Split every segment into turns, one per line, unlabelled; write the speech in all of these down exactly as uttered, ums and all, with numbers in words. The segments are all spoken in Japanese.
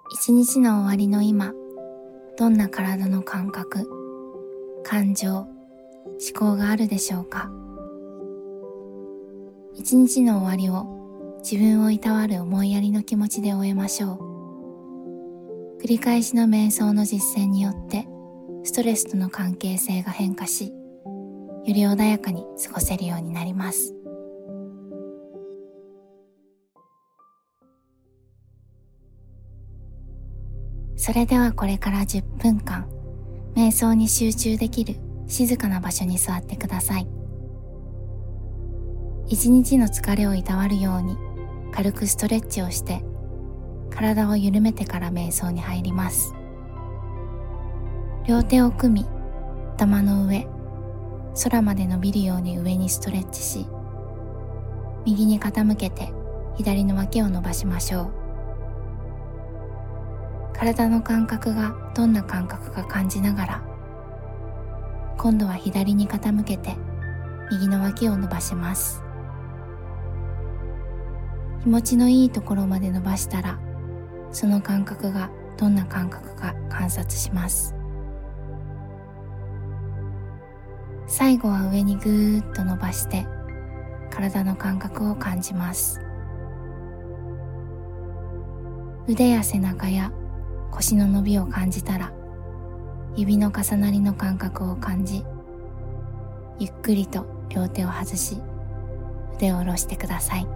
一日の終わりの今、どんな体の感覚、感情、思考があるでしょうか。一日の終わりを自分をいたわる思いやりの気持ちで終えましょう。繰り返しの瞑想の実践によってストレスとの関係性が変化し、より穏やかに過ごせるようになります。それではこれからじゅっぷんかん、瞑想に集中できる静かな場所に座ってください。一日の疲れをいたわるように軽くストレッチをして、体を緩めてから瞑想に入ります。両手を組み、頭の上、空まで伸びるように上にストレッチし、右に傾けて左の脇を伸ばしましょう。体の感覚がどんな感覚か感じながら、今度は左に傾けて右の脇を伸ばします。気持ちのいいところまで伸ばしたら、その感覚がどんな感覚か観察します。最後は上にぐーっと伸ばして、体の感覚を感じます。腕や背中や腰の伸びを感じたら、指の重なりの感覚を感じ、ゆっくりと両手を外し、腕を下ろしてください。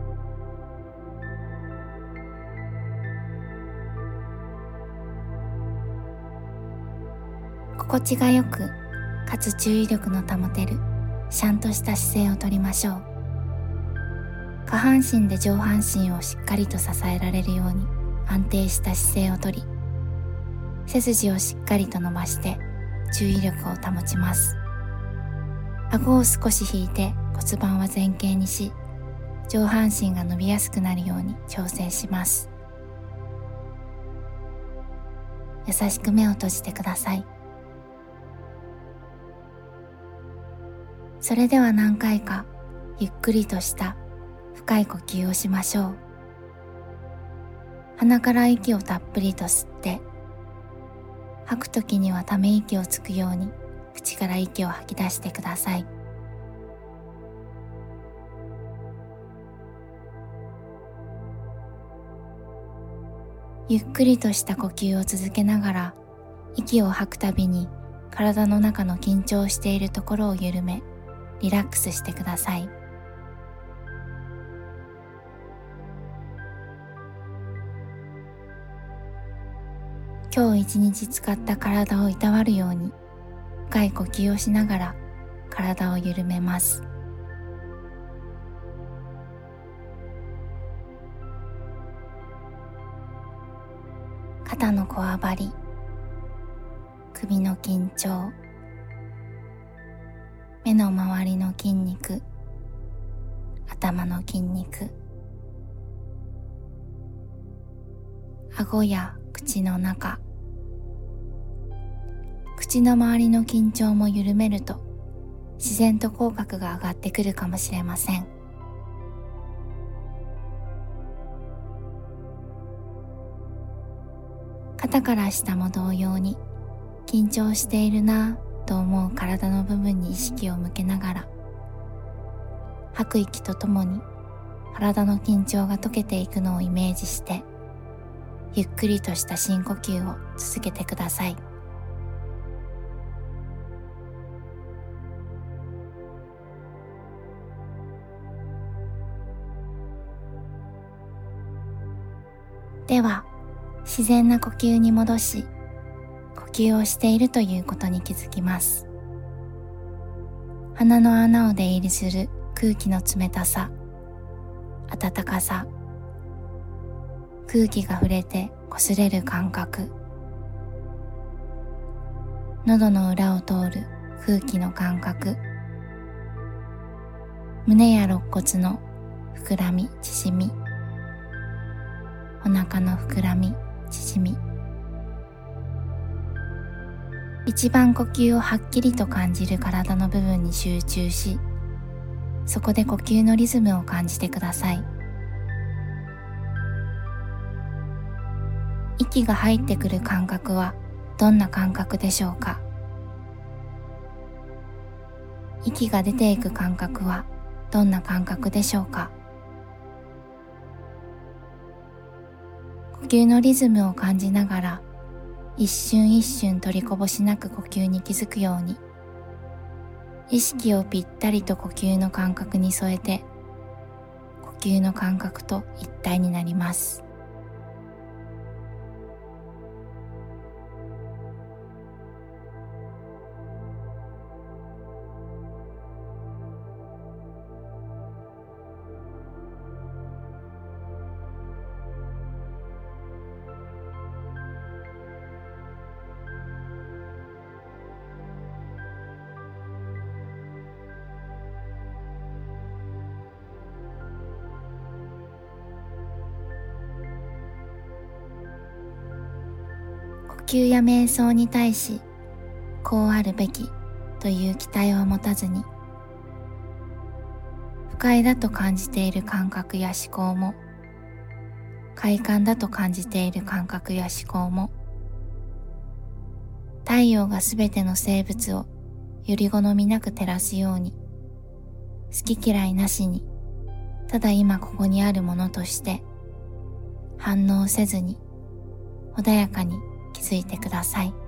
心地がよく、かつ注意力の保てるシャンとした姿勢をとりましょう。下半身で上半身をしっかりと支えられるように安定した姿勢をとり、背筋をしっかりと伸ばして注意力を保ちます。顎を少し引いて骨盤は前傾にし、上半身が伸びやすくなるように調整します。優しく目を閉じてください。それでは何回かゆっくりとした深い呼吸をしましょう。鼻から息をたっぷりと吸って、吐くときにはため息をつくように口から息を吐き出してください。ゆっくりとした呼吸を続けながら、息を吐くたびに体の中の緊張しているところを緩め、リラックスしてください。今日一日使った体をいたわるように、深い呼吸をしながら体を緩めます。肩のこわばり、首の緊張、目の周りの筋肉、頭の筋肉、顎や口の中、口の周りの緊張も緩めると、自然と口角が上がってくるかもしれません。肩から下も同様に、緊張しているなぁと思う体の部分に意識を向けながら、吐く息とともに体の緊張が解けていくのをイメージして、ゆっくりとした深呼吸を続けてください。では、自然な呼吸に戻し、呼吸をしているということに気づきます。鼻の穴を出入りする空気の冷たさ、暖かさ、空気が触れて擦れる感覚、喉の裏を通る空気の感覚、胸や肋骨の膨らみ縮み、お腹の膨らみ縮み、一番呼吸をはっきりと感じる体の部分に集中し、そこで呼吸のリズムを感じてください。 息が入ってくる感覚はどんな感覚でしょうか？息が出ていく感覚はどんな感覚でしょうか？呼吸のリズムを感じながら、一瞬一瞬取りこぼしなく呼吸に気づくように、意識をぴったりと呼吸の感覚に添えて、呼吸の感覚と一体になります。呼吸や瞑想に対し、こうあるべきという期待を持たずに、不快だと感じている感覚や思考も、快感だと感じている感覚や思考も、太陽がすべての生物をより好みなく照らすように、好き嫌いなしに、ただ今ここにあるものとして、反応せずに、穏やかに気づいてください。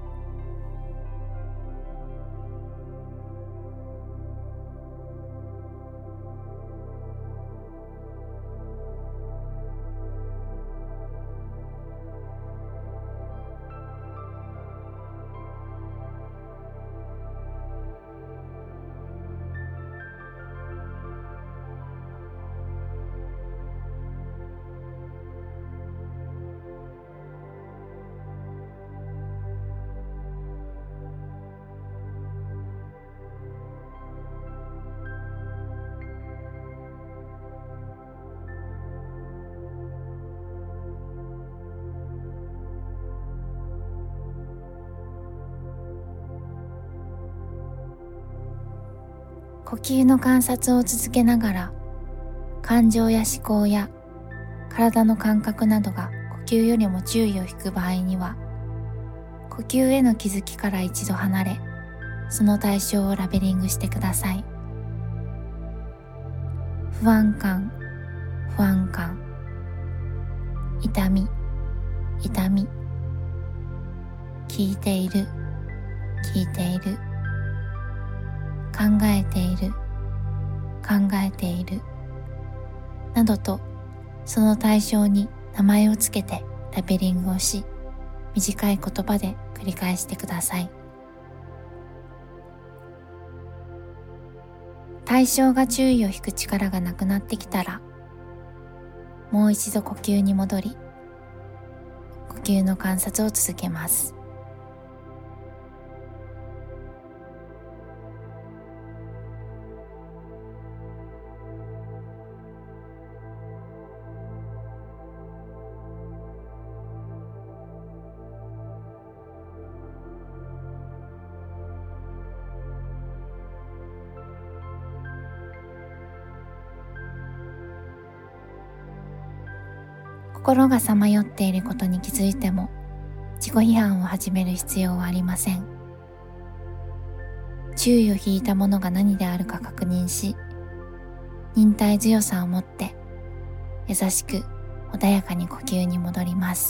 呼吸の観察を続けながら、感情や思考や体の感覚などが呼吸よりも注意を引く場合には、呼吸への気づきから一度離れ、その対象をラベリングしてください。不安感、不安感、痛み、痛み、聞いている、聞いている、考えている、考えている、などとその対象に名前をつけてラベリングをし、短い言葉で繰り返してください。対象が注意を引く力がなくなってきたら、もう一度呼吸に戻り、呼吸の観察を続けます。心がさまよっていることに気づいても、自己批判を始める必要はありません。注意を引いたものが何であるか確認し、忍耐強さを持って優しく穏やかに呼吸に戻ります。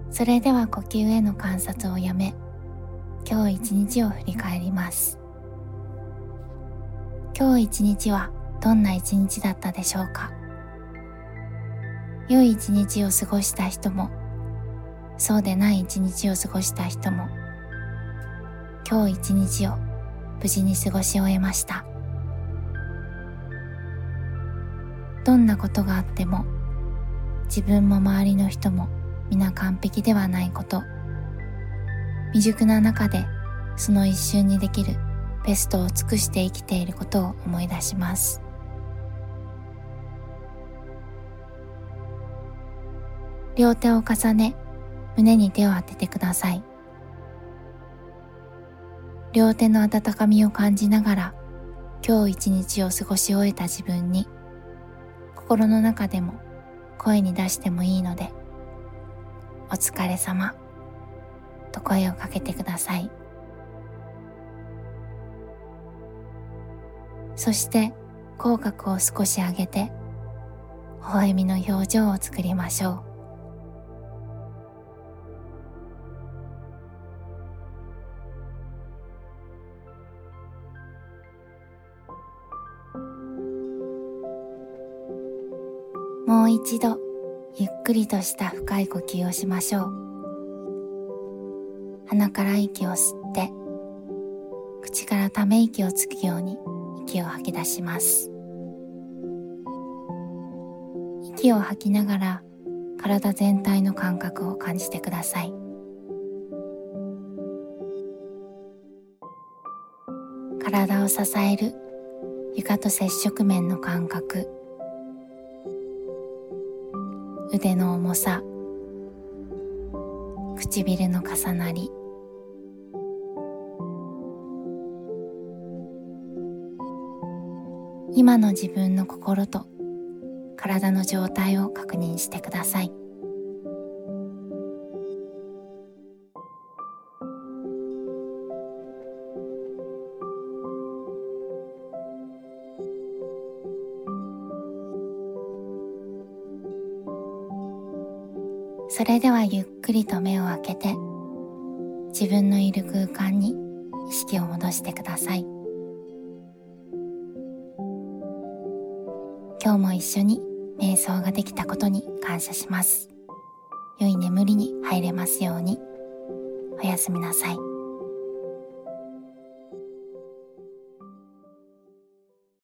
それでは呼吸への観察をやめ、今日一日を振り返ります。今日一日はどんな一日だったでしょうか。良い一日を過ごした人も、そうでない一日を過ごした人も、今日一日を無事に過ごし終えました。どんなことがあっても、自分も周りの人も皆完璧ではないこと、未熟な中でその一瞬にできるベストを尽くして生きていることを思い出します。両手を重ね、胸に手を当ててください。両手の温かみを感じながら、今日一日を過ごし終えた自分に、心の中でも声に出してもいいので、お疲れ様と声をかけてください。そして口角を少し上げて、微笑みの表情を作りましょう。もう一度ゆっくりとした深い呼吸をしましょう。鼻から息を吸って、口からため息をつくように息を吐き出します。息を吐きながら体全体の感覚を感じてください。体を支える床と接触面の感覚、腕の重さ、唇の重なり、今の自分の心と体の状態を確認してください。それではゆっくりと目を開けて、自分のいる空間に意識を戻してください。今日も一緒に瞑想ができたことに感謝します。良い眠りに入れますように。おやすみなさい。